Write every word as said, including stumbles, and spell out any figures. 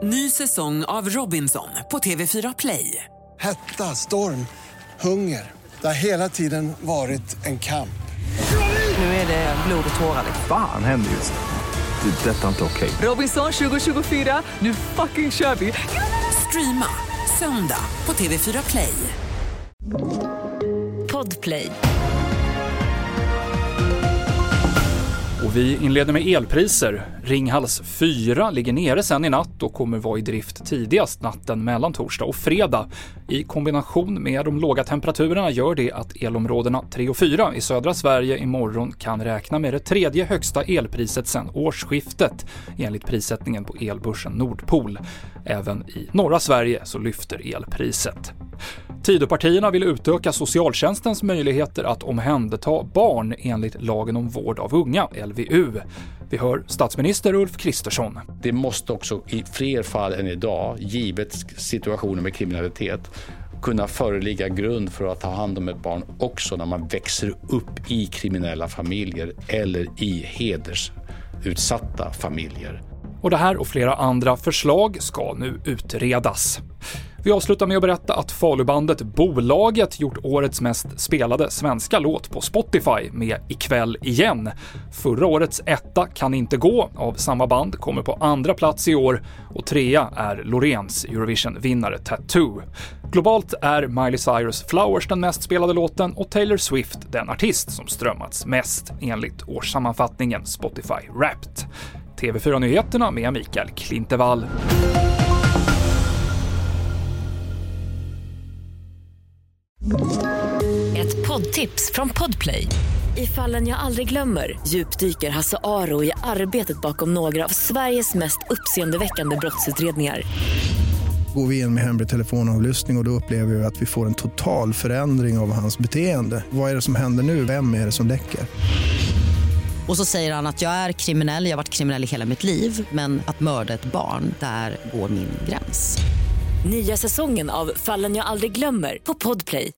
Ny säsong av Robinson på T V fyra Play. Hetta, storm, hunger. Det har hela tiden varit en kamp. Nu är det blod och tårar. Fan händer just det. Det är detta inte okej. Robinson tjugo tjugofyra, nu fucking kör vi. Streama söndag på T V fyra Play. Podplay. Och vi inleder med elpriser. Ringhals fyra ligger nere sen i natt och kommer vara i drift tidigast natten mellan torsdag och fredag. I kombination med de låga temperaturerna gör det att elområdena tre och fyra i södra Sverige imorgon kan räkna med det tredje högsta elpriset sedan årsskiftet enligt prissättningen på elbörsen Nordpol. Även i norra Sverige så lyfter elpriset. Tidöpartierna vill utöka socialtjänstens möjligheter att omhänderta barn enligt lagen om vård av unga, L V U. Vi hör statsminister Ulf Kristersson. Det måste också i fler fall än idag, givet situationen med kriminalitet, kunna föreligga grund för att ta hand om ett barn också när man växer upp i kriminella familjer eller i hedersutsatta familjer. Och det här och flera andra förslag ska nu utredas. Vi avslutar med att berätta att Falubandet Bolaget gjort årets mest spelade svenska låt på Spotify med Ikväll igen. Förra årets etta Kan inte gå av samma band kommer på andra plats i år och trea är Loreens Eurovision-vinnare Tattoo. Globalt är Miley Cyrus Flowers den mest spelade låten och Taylor Swift den artist som strömmats mest enligt årssammanfattningen Spotify Wrapped. T V fyra-nyheterna med Mikael Klintevall. Ett poddtips från Podplay. I Fallen jag aldrig glömmer djupdyker Hasse Aro i arbetet bakom några av Sveriges mest uppseendeväckande brottsutredningar. Går vi in med hemlig telefonavlyssning och då upplever vi att vi får en total förändring av hans beteende. Vad är det som händer nu? Vem är det som läcker? Och så säger han att jag är kriminell, jag har varit kriminell i hela mitt liv. Men att mörda ett barn, där går min gräns. Nya säsongen av Fallen jag aldrig glömmer på Podplay.